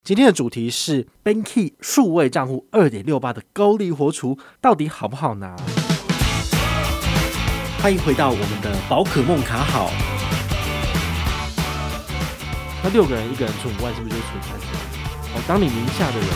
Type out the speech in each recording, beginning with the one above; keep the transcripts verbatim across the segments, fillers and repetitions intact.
今天的主题是 Banky 数位账户 二点六八 的高利活储到底好不好拿？欢迎回到我们的宝可梦卡好。那六个人一个人存五万，是不是就存三十万？哦，当你名下的人，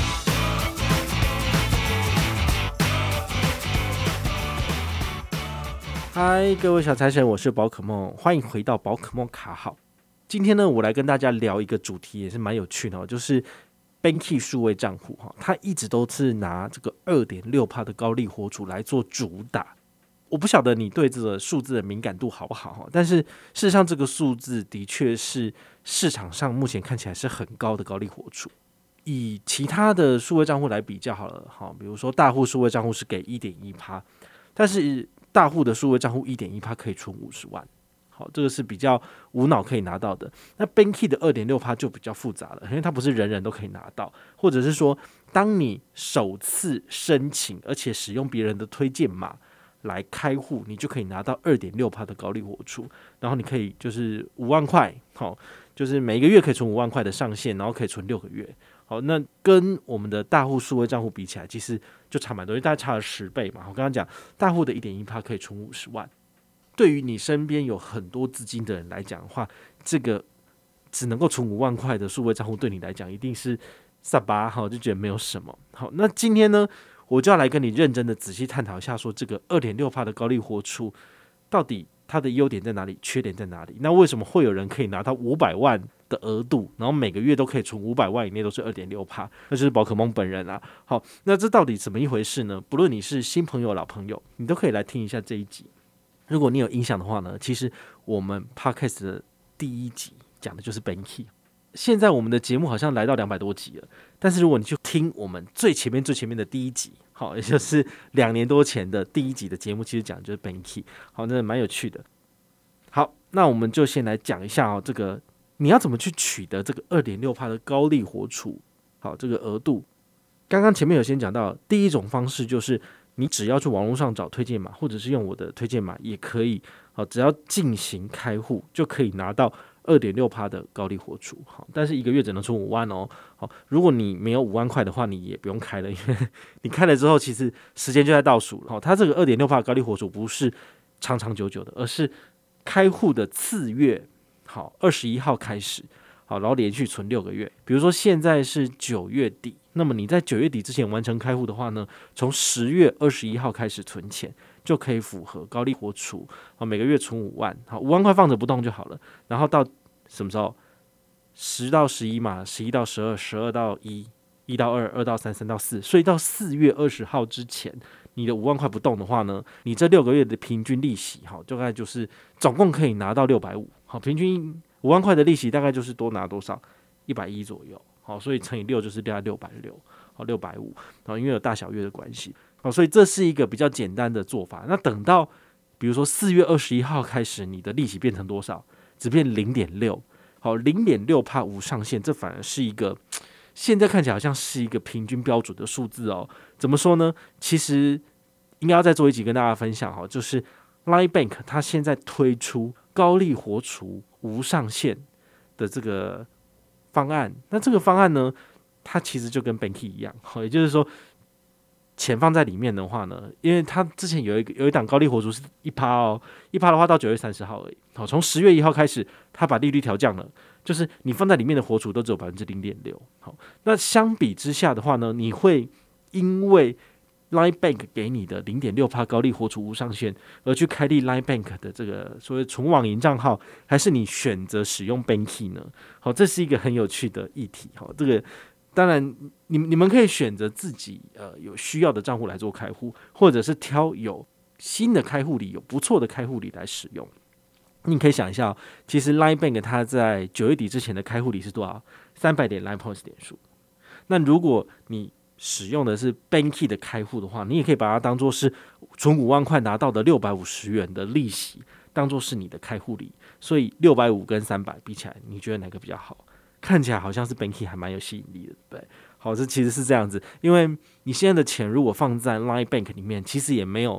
嗨，各位小财神，我是宝可梦，欢迎回到宝可梦卡好。今天呢，我来跟大家聊一个主题，也是蛮有趣的哦，就是 Banky 数位账户哈，它一直都是拿这个 二点六 的高利活储来做主打。我不晓得你对这个数字的敏感度好不好，但是事实上这个数字的确是市场上目前看起来是很高的高利活储。以其他的数位账户来比较好了，比如说大户数位账户是给 一点一 但是大户的数位账户 一点一 可以存五十万。好，这个是比较无脑可以拿到的。那 Banky 的 二点六 就比较复杂了，因为它不是人人都可以拿到，或者是说当你首次申请而且使用别人的推荐码来开户，你就可以拿到 二点六 的高利活储，然后你可以就是五万块，好，就是每一个月可以存五万块的上限，然后可以存六个月。好，那跟我们的大户数位账户比起来，其实就差蛮多，因为大概差了十倍嘛。我刚刚讲大户的 一点一 可以存五十万。对于你身边有很多资金的人来讲的话，这个只能够存五万块的数位账户对你来讲一定是撒巴，好，就觉得没有什么。好，那今天呢，我就要来跟你认真的仔细探讨一下，说这个 二点六 的高利活储到底它的优点在哪里，缺点在哪里？那为什么会有人可以拿到五百万的额度，然后每个月都可以存五百万以内都是 二点六 那就是宝可梦本人啊。好，那这到底怎么一回事呢？不论你是新朋友老朋友，你都可以来听一下这一集。如果你有印象的话呢，其实我们 Podcast 的第一集讲的就是 Banky。现在我们的节目好像来到两百多集了，但是如果你去听我们最前面最前面的第一集，好，也就是两年多前的第一集的节目，其实讲的就是 Banky。好，那蛮有趣的。好，那我们就先来讲一下哦，这个你要怎么去取得这个 二点六 的高利活储。好，这个额度，刚刚前面有先讲到，第一种方式就是你只要去网络上找推荐码，或者是用我的推荐码也可以，好，只要进行开户就可以拿到 二点六 的高利活储。好，但是一个月只能存五万哦。好，如果你没有五万块的话，你也不用开了，因为你开了之后，其实时间就在倒数了。好，它这个 二点六 的高利活储不是长长久久的，而是开户的次月，好，二十一号开始，好，然后连续存六个月。比如说现在是九月底，那么你在九月底之前完成开户的话呢，从十月二十一号开始存钱，就可以符合高利活储，好，每个月存五万，好，五万块放着不动就好了。然后到什么时候？十到十一嘛，十一到十二，十二到一，一到二，二到三，三到四，所以到四月二十号之前，你的五万块不动的话呢，你这六个月的平均利息，好，大概就是总共可以拿到六百五十，好，平均五万块的利息大概就是多拿多少？一百一十左右，好，所以乘以六就是大概六百六十，好，六百五十，因为有大小月的关系，好，所以这是一个比较简单的做法。那等到比如说四月二十一号开始，你的利息变成多少？只变 零点六， 好， 零点六 无上限，这反而是一个现在看起来好像是一个平均标准的数字哦。怎么说呢？其实应该要再做一集跟大家分享，就是 Line Bank 它现在推出高利活储无上限的这个方案。那这个方案呢，它其实就跟 Banky 一样，也就是说钱放在里面的话呢，因为它之前有一个有一档高利活储是 百分之一 哦， 百分之一 的话到九月三十号而已。好，从十月一号开始，它把利率调降了，就是你放在里面的活储都只有 百分之零点六。好，那相比之下的话呢，你会因为 Line Bank 给你的 零点六 高利活储无上限而去开立 Line Bank 的这个所谓纯网银账号，还是你选择使用 Banky 呢？好，这是一个很有趣的议题。好，这个当然你你们可以选择自己呃有需要的账户来做开户，或者是挑有新的开户礼、有不错的开户礼来使用。你可以想一下，其实 Line Bank 它在九月底之前的开户礼是多少？三百点 Line Points 点数。那如果你使用的是 Banky 的开户的话，你也可以把它当作是存五万块拿到的六百五十元的利息，当作是你的开户礼。所以六百五十跟三百比起来，你觉得哪个比较好？看起来好像是 Banky 还蛮有吸引力的，对不对？好，这其实是这样子，因为你现在的钱如果放在 Line Bank 里面，其实也没有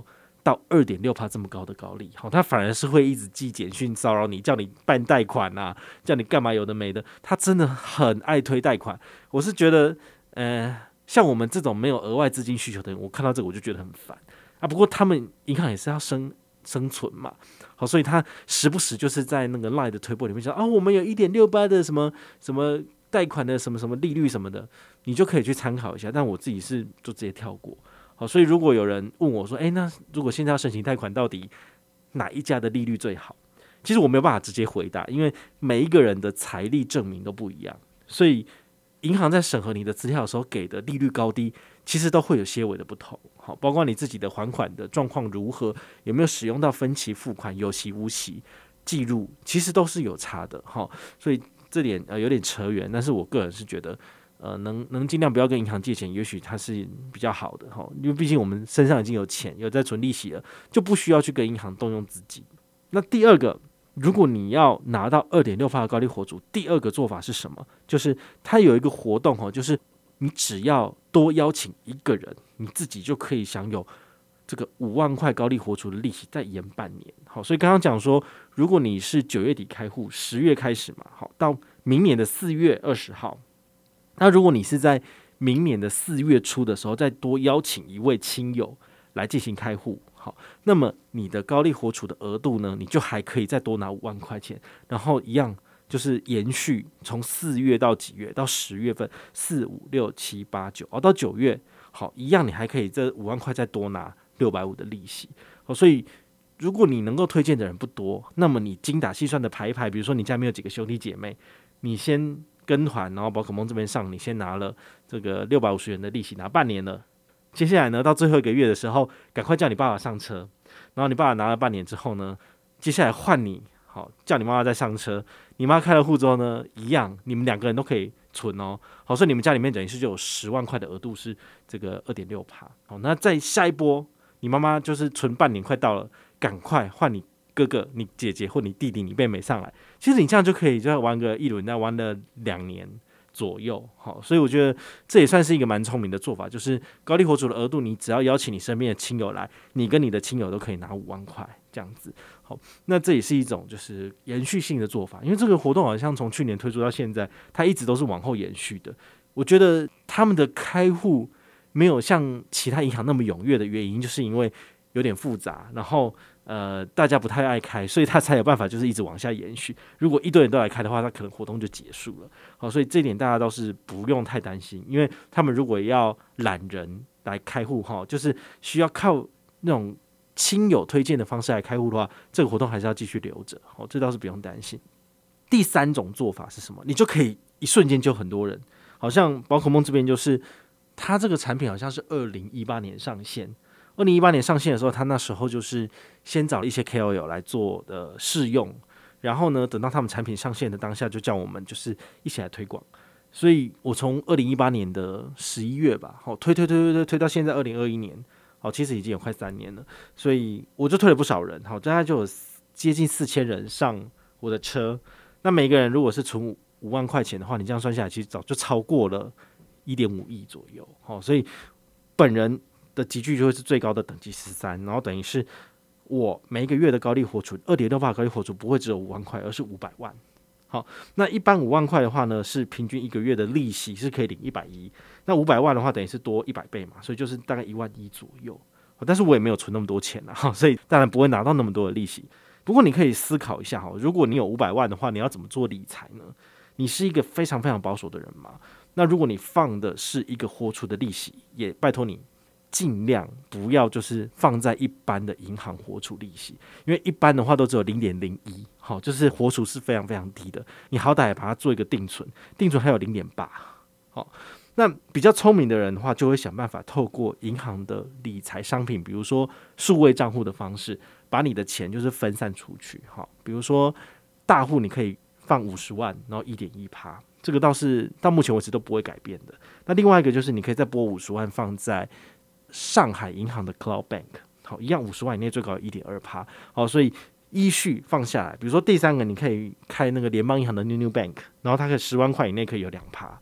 到 二点六趴 这么高的高利，好，他反而是会一直寄简讯骚扰你，叫你办贷款啊，叫你干嘛有的没的，他真的很爱推贷款。我是觉得，呃，像我们这种没有额外资金需求的人，我看到这个我就觉得很烦啊。不过他们银行也是要生生存嘛，好，所以他时不时就是在那个 Line 的推播里面说啊，我们有 一点六八 的什么什么贷款的什么什么利率什么的，你就可以去参考一下。但我自己是就直接跳过。好，所以如果有人问我说，哎、欸，那如果现在要申请贷款，到底哪一家的利率最好？其实我没有办法直接回答，因为每一个人的财力证明都不一样，所以银行在审核你的资料的时候给的利率高低，其实都会有些微的不同。好，包括你自己的还款的状况如何，有没有使用到分期付款、有息无息记录，其实都是有差的。好，所以这点呃有点扯远，但是我个人是觉得。呃，能能尽量不要跟银行借钱，也许它是比较好的哈，因为毕竟我们身上已经有钱，有在存利息了，就不需要去跟银行动用资金。那第二个，如果你要拿到 二点六趴 的高利活储，第二个做法是什么？就是它有一个活动哈，就是你只要多邀请一个人，你自己就可以享有这个五万块高利活储的利息再延半年。好，所以刚刚讲说，如果你是九月底开户，十月开始嘛，好，到明年的四月二十号。那如果你是在明年的四月初的时候，再多邀请一位亲友来进行开户，好，那么你的高利活储的额度呢，你就还可以再多拿五万块钱，然后一样就是延续从四月到几月到十月份，四五六七八九，哦，到九月，好，一样你还可以这五万块再多拿六百五的利息，好，所以如果你能够推荐的人不多，那么你精打细算的排一排，比如说你家没有几个兄弟姐妹，你先跟团，然后宝可梦这边上，你先拿了这个六百五十元的利息，拿半年了。接下来呢，到最后一个月的时候，赶快叫你爸爸上车。然后你爸爸拿了半年之后呢，接下来换你，好，叫你妈妈再上车。你妈开了户之后呢，一样，你们两个人都可以存哦。好，所以你们家里面等于是就有十万块的额度是这个 二点六趴。好，那再下一波，你妈妈就是存半年快到了，赶快换你哥哥、你姐姐或你弟弟、你妹妹上来，其实你这样就可以就玩个一轮，再玩了两年左右。好，所以我觉得这也算是一个蛮聪明的做法，就是高利活储的额度，你只要邀请你身边的亲友来，你跟你的亲友都可以拿五万块这样子。好，那这也是一种就是延续性的做法，因为这个活动好像从去年推出到现在，它一直都是往后延续的。我觉得他们的开户没有像其他银行那么踊跃的原因，就是因为有点复杂，然后呃大家不太爱开，所以他才有办法就是一直往下延续。如果一堆人都来开的话，他可能活动就结束了。好，所以这点大家都是不用太担心，因为他们如果要揽人来开户哈，就是需要靠那种亲友推荐的方式来开户的话，这个活动还是要继续留着。好，这倒是不用担心。第三种做法是什么？你就可以一瞬间就很多人，好像宝可梦这边就是它这个产品好像是二零一八年上线。二零一八年上线的时候，他那时候就是先找了一些 K O L 来做的试用，然后呢，等到他们产品上线的当下，就叫我们就是一起来推广。所以我从二零一八年的十一月吧，好推推推推推推到现在二零二一年，好，其实已经有快三年了，所以我就推了不少人，好，大概就有接近四千人上我的车。那每个人如果是存五万块钱的话，你这样算下来，其实早就超过了一点五亿左右，好，所以本人的集聚就会是最高的等级十三，然后等于是我每一个月的高利活储 二点六趴 高利活储不会只有五万块，而是五百万。好，那一般五万块的话呢，是平均一个月的利息是可以领一百一，那五百万的话等于是多一百倍嘛，所以就是大概一万一左右。但是我也没有存那么多钱啊，所以当然不会拿到那么多的利息。不过你可以思考一下哈，如果你有五百万的话，你要怎么做理财呢？你是一个非常非常保守的人嘛？那如果你放的是一个活储的利息，也拜托你尽量不要就是放在一般的银行活储利息，因为一般的话都只有 零点零一， 好，就是活储是非常非常低的，你好歹把它做一个定存，定存还有 零点八， 好，那比较聪明的人的话，就会想办法透过银行的理财商品，比如说数位账户的方式，把你的钱就是分散出去，好，比如说大户你可以放五十万，然后 一点一趴，这个倒是到目前为止都不会改变的。那另外一个就是你可以再拨五十万放在上海银行的 Cloud Bank， 好，一样五十万以内最高有 一点二趴，好，所以依序放下来。比如说第三个，你可以开那个联邦银行的 New New Bank， 然后它可以十万块以内可以有两趴，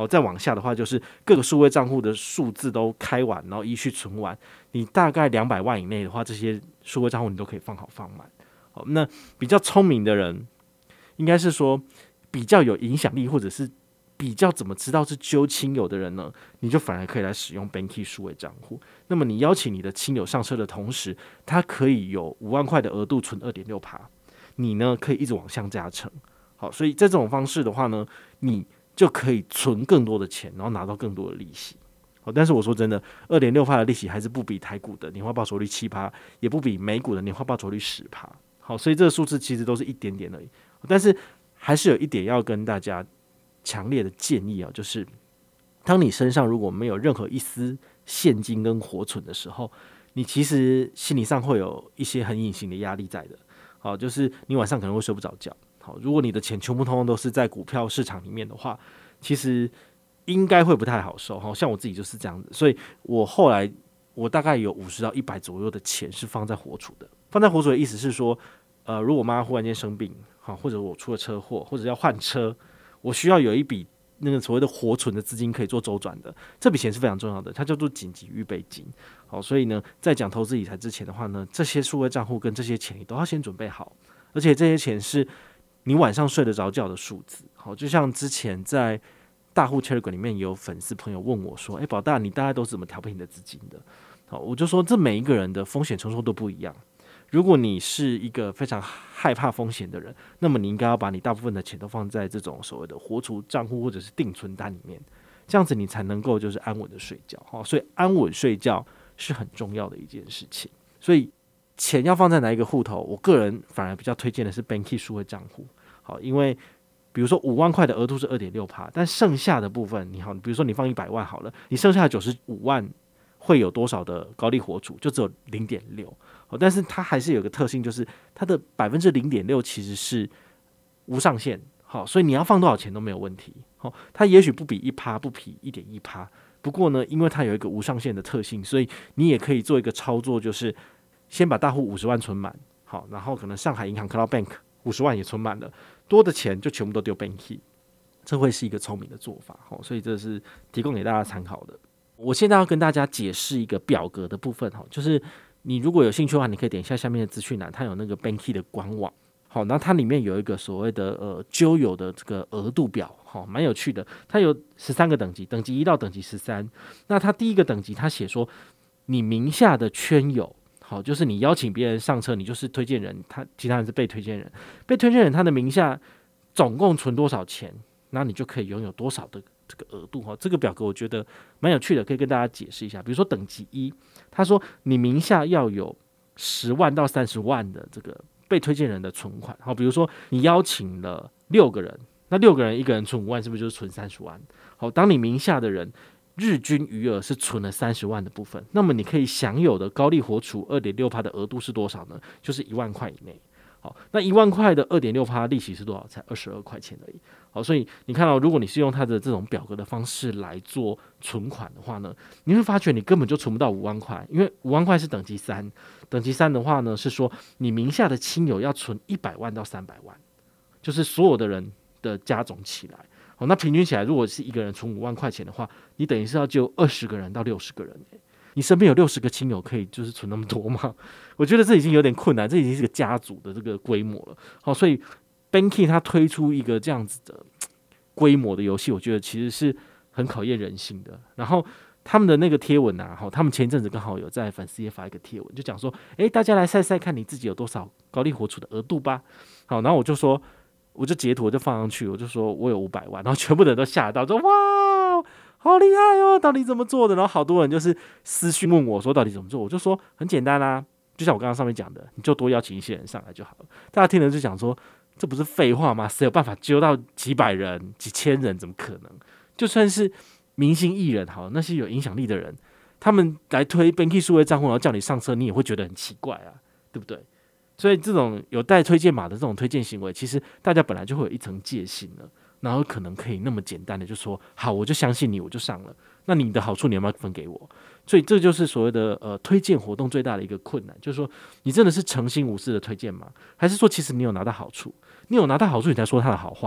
好，再往下的话就是各个数位账户的数字都开完，然后依序存完。你大概两百万以内的话，这些数位账户你都可以放好放满。好，那比较聪明的人，应该是说比较有影响力，或者是比较怎么知道是揪亲友的人呢？你就反而可以来使用 Banky 数位账户。那么你邀请你的亲友上车的同时，他可以有五万块的额度存 二点六趴， 你呢可以一直往上加成。好，所以在这种方式的话呢，你就可以存更多的钱，然后拿到更多的利息。好，但是我说真的 ，二点六趴 的利息还是不比台股的年化报酬率 百分之七， 也不比美股的年化报酬率 百分之十。好，所以这个数字其实都是一点点而已。但是还是有一点要跟大家强烈的建议啊，就是当你身上如果没有任何一丝现金跟活存的时候，你其实心理上会有一些很隐形的压力在的。好，就是你晚上可能会睡不着觉。好，如果你的钱全部通通都是在股票市场里面的话，其实应该会不太好受。好，像我自己就是这样子，所以我后来我大概有五十到一百左右的钱是放在活储的。放在活储的意思是说，呃，如果妈忽然间生病，好，或者我出了车祸，或者要换车，我需要有一笔那个所谓的活存的资金可以做周转的，这笔钱是非常重要的，它叫做紧急预备金。好，所以呢，在讲投资理财之前的话呢，这些数位账户跟这些钱你都要先准备好，而且这些钱是你晚上睡得着觉的数字。好，就像之前在大户 Telegram 里面有粉丝朋友问我说：“哎、欸，宝大，你大概都是怎么调配你的资金的？”好，我就说这每一个人的风险承受度不一样。如果你是一个非常害怕风险的人，那么你应该要把你大部分的钱都放在这种所谓的活储账户或者是定存单里面，这样子你才能够就是安稳的睡觉。好，所以安稳睡觉是很重要的一件事情。所以钱要放在哪一个户头，我个人反而比较推荐的是 Banky 数位账户。好，因为比如说五万块的额度是 二点六趴， 但剩下的部分你好，比如说你放一百万好了，你剩下的九十五万会有多少的高利活储？就只有 零点六。但是它还是有个特性，就是它的 百分之零点六 其实是无上限。好，所以你要放多少钱都没有问题。好，它也许不比 百分之一， 不比 一点一， 不过呢，因为它有一个无上限的特性，所以你也可以做一个操作，就是先把大户五十万存满，好，然后可能上海银行 Cloud Bank 五十万也存满了，多的钱就全部都丢 Banky， 这会是一个聪明的做法。好，所以这是提供给大家参考的。我现在要跟大家解释一个表格的部分，就是你如果有兴趣的话，你可以点一下下面的资讯栏，它有那个 Banky 的官网。好，那它里面有一个所谓的呃揪友的这个额度表，好，蛮有趣的。它有十三个等级，等级一到等级十三。那它第一个等级，它写说你名下的圈友，好，就是你邀请别人上车，你就是推荐人，他其他人是被推荐人。被推荐人他的名下总共存多少钱，那你就可以拥有多少的这个额度。这个表格我觉得蛮有趣的，可以跟大家解释一下。比如说等级一，他说你名下要有十万到三十万的这个被推荐人的存款。好，比如说你邀请了六个人，那六个人一个人存五万，是不是就是存三十万？好，当你名下的人日均余额是存了三十万的部分，那么你可以享有的高利活储 二点六趴 的额度是多少呢？就是一万块以内。好，那一万块的 二点六趴 利息是多少？才二十二块钱而已。好，所以你看到、哦，如果你是用它的这种表格的方式来做存款的话呢，你会发觉你根本就存不到五万块，因为五万块是等级三，等级三的话呢是说你名下的亲友要存一百万到三百万，就是所有的人的加总起来。好，那平均起来，如果是一个人存五万块钱的话，你等于是要救二十个人到六十个人。你身边有六十个亲友可以就是存那么多吗？我觉得这已经有点困难，这已经是个家族的这个规模了。好，所以 Banky 它推出一个这样子的规模的游戏，我觉得其实是很考验人性的。然后他们的那个贴文啊，他们前一阵子刚好有在粉丝页发一个贴文，就讲说，哎，大家来晒晒看你自己有多少高利活储的额度吧。好，然后我就说，我就截图，我就放上去，我就说我有五百万，然后全部的人都吓到，说哇，好厉害哦，到底怎么做的？然后好多人就是私讯问我说到底怎么做，我就说很简单啊，就像我刚刚上面讲的，你就多邀请一些人上来就好了。大家听了就讲说，这不是废话吗？谁有办法揪到几百人、几千人？怎么可能？就算是明星艺人好，那些有影响力的人，他们来推 Banky 数位账户，然后叫你上车，你也会觉得很奇怪啊，对不对？所以这种有带推荐码的这种推荐行为，其实大家本来就会有一层戒心了。然后可能可以那么简单的就说好，我就相信你，我就上了。那你的好处你有没有分给我？所以这就是所谓的呃推荐活动最大的一个困难，就是说你真的是诚心无私的推荐吗？还是说其实你有拿到好处？你有拿到好处你才说他的好话，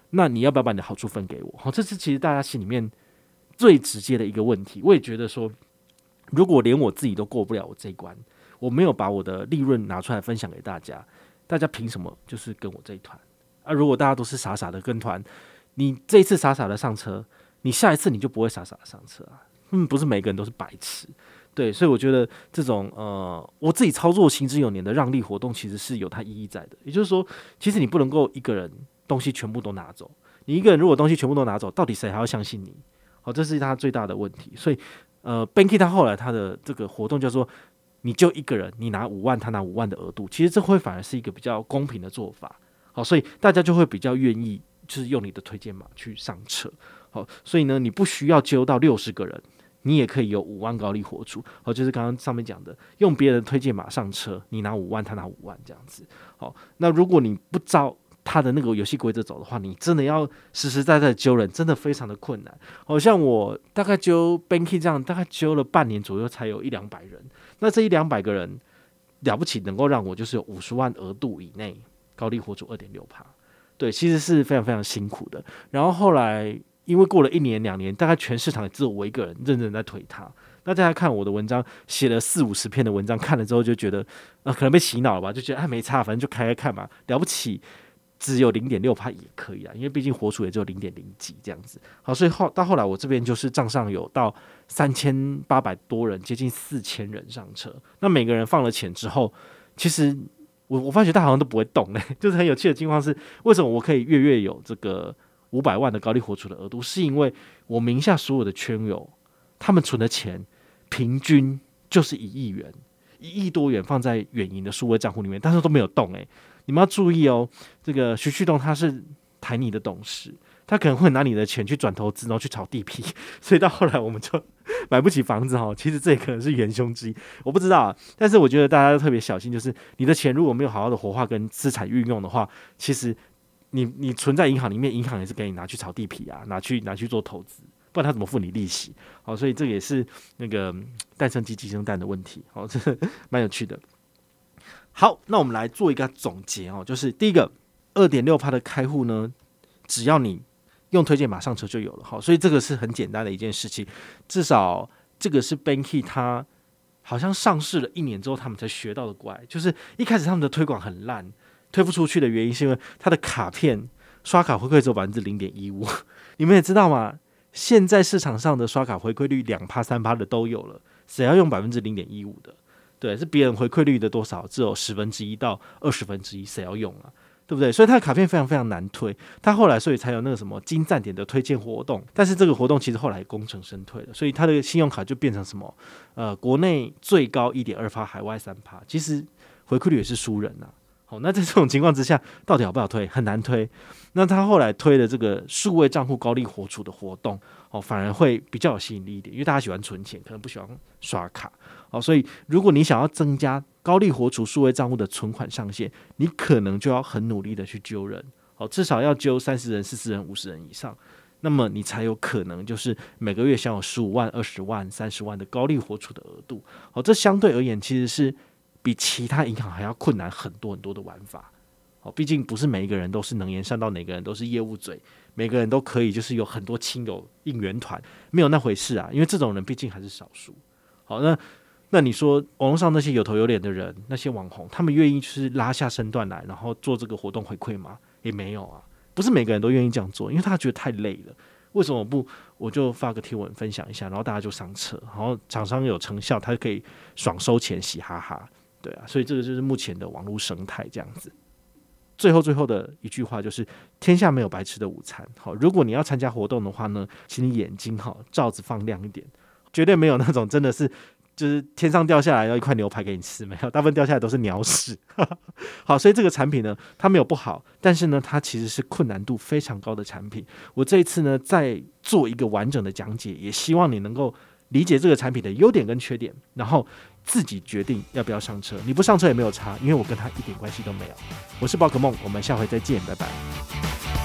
那你要不要把你的好处分给我？这是其实大家心里面最直接的一个问题。我也觉得说，如果连我自己都过不了我这一关，我没有把我的利润拿出来分享给大家，大家凭什么就是跟我这一团啊？如果大家都是傻傻的跟团，你这一次傻傻的上车，你下一次你就不会傻傻的上车啊。嗯，不是每个人都是白痴，对，所以我觉得这种呃，我自己操作行之有年的让利活动，其实是有它意义在的。也就是说，其实你不能够一个人东西全部都拿走，你一个人如果东西全部都拿走，到底谁还要相信你？好、哦，这是他最大的问题。所以呃 ，Banky 他后来他的这个活动叫做，你就一个人，你拿五万，他拿五万的额度，其实这会反而是一个比较公平的做法。好、哦，所以大家就会比较愿意，就是用你的推荐码去上车。好、哦，所以呢，你不需要揪到六十个人。你也可以有五万高利活出，好，就是刚刚上面讲的，用别人的推荐码上车，你拿五万，他拿五万这样子。好，那如果你不照他的那个游戏规则走的话，你真的要实实在在揪人，真的非常的困难。好像我大概揪 Banky 这样，大概揪了半年左右，才有一两百人。那这一两百个人了不起，能够让我就是有五十万额度以内高利活出二点六趴，对，其实是非常非常辛苦的。然后后来。因为过了一年两年，大概全市场也只有我一个人认真在推它。那大家看我的文章，写了四五十篇的文章，看了之后就觉得，呃，可能被洗脑了吧，就觉得哎没差，反正就开开看嘛，了不起，只有零点六趴也可以啊，因为毕竟活储也只有零点零几这样子。好，所以后到后来我这边就是账上有到三千八百多人，接近四千人上车。那每个人放了钱之后，其实我我发觉他好像都不会动嘞，就是很有趣的情况是，为什么我可以月月有这个五百万的高利活储的额度，是因为我名下所有的圈友，他们存的钱平均就是一亿元，一亿多元放在远银的数位账户里面，但是都没有动哎、欸。你们要注意哦，这个徐旭东他是台泥的董事，他可能会拿你的钱去转投资，然后去炒地皮，所以到后来我们就买不起房子哈。其实这也可能是元凶之一，我不知道啊。但是我觉得大家要特别小心，就是你的钱如果没有好好的活化跟资产运用的话，其实。你你存在银行里面，银行也是给你拿去炒地皮啊，拿去拿去做投资，不然他怎么付你利息？好，所以这也是那个蛋生鸡鸡生蛋的问题。好，这蛮有趣的。好，那我们来做一个总结哦，就是第一个 二点六趴 的开户呢，只要你用推荐码上车就有了。好，所以这个是很简单的一件事情，至少这个是 Banky 他好像上市了一年之后，他们才学到的怪，就是一开始他们的推广很烂。推不出去的原因是因为它的卡片刷卡回馈只有百分之零点一五，你们也知道嘛？现在市场上的刷卡回馈率两趴三趴的都有了，谁要用百分之零点一五的？对，是别人回馈率的多少？只有十分之一到二十分之一，谁要用啊？对不对？所以它的卡片非常非常难推，它后来所以才有那个什么金赞点的推荐活动，但是这个活动其实后来功成身退了，所以它的信用卡就变成什么？呃，国内最高一点二趴，海外三趴，其实回馈率也是输人啊。好，那在这种情况之下，到底好不好推？很难推。那他后来推的这个数位账户高利活储的活动，哦，反而会比较有吸引力一点，因为大家喜欢存钱，可能不喜欢刷卡。好，所以如果你想要增加高利活储数位账户的存款上限，你可能就要很努力的去揪人，好，至少要揪三十人、四十人、五十人以上，那么你才有可能就是每个月享有十五万、二十万、三十万的高利活储的额度。好，这相对而言其实是比其他银行还要困难很多很多的玩法，哦，毕竟不是每一个人都是能言善道，每个人都是业务嘴，每个人都可以就是有很多亲友应援团，没有那回事啊，因为这种人毕竟还是少数。好，那那你说网络上那些有头有脸的人，那些网红，他们愿意就是拉下身段来，然后做这个活动回馈吗？也没有啊，不是每个人都愿意这样做，因为他觉得太累了。为什么不我就发个贴文分享一下，然后大家就上车，然后厂商有成效，他可以爽收钱，嘻哈哈。对啊，所以这个就是目前的网络生态这样子。最后最后的一句话就是：天下没有白吃的午餐。好，如果你要参加活动的话呢，请你眼睛好罩子放亮一点，绝对没有那种真的是就是天上掉下来要一块牛排给你吃，没有，大部分掉下来都是鸟屎。好，所以这个产品呢，它没有不好，但是呢，它其实是困难度非常高的产品。我这一次呢，再做一个完整的讲解，也希望你能够理解这个产品的优点跟缺点，然后自己决定要不要上车。你不上车也没有差，因为我跟他一点关系都没有。我是宝可梦，我们下回再见，拜拜。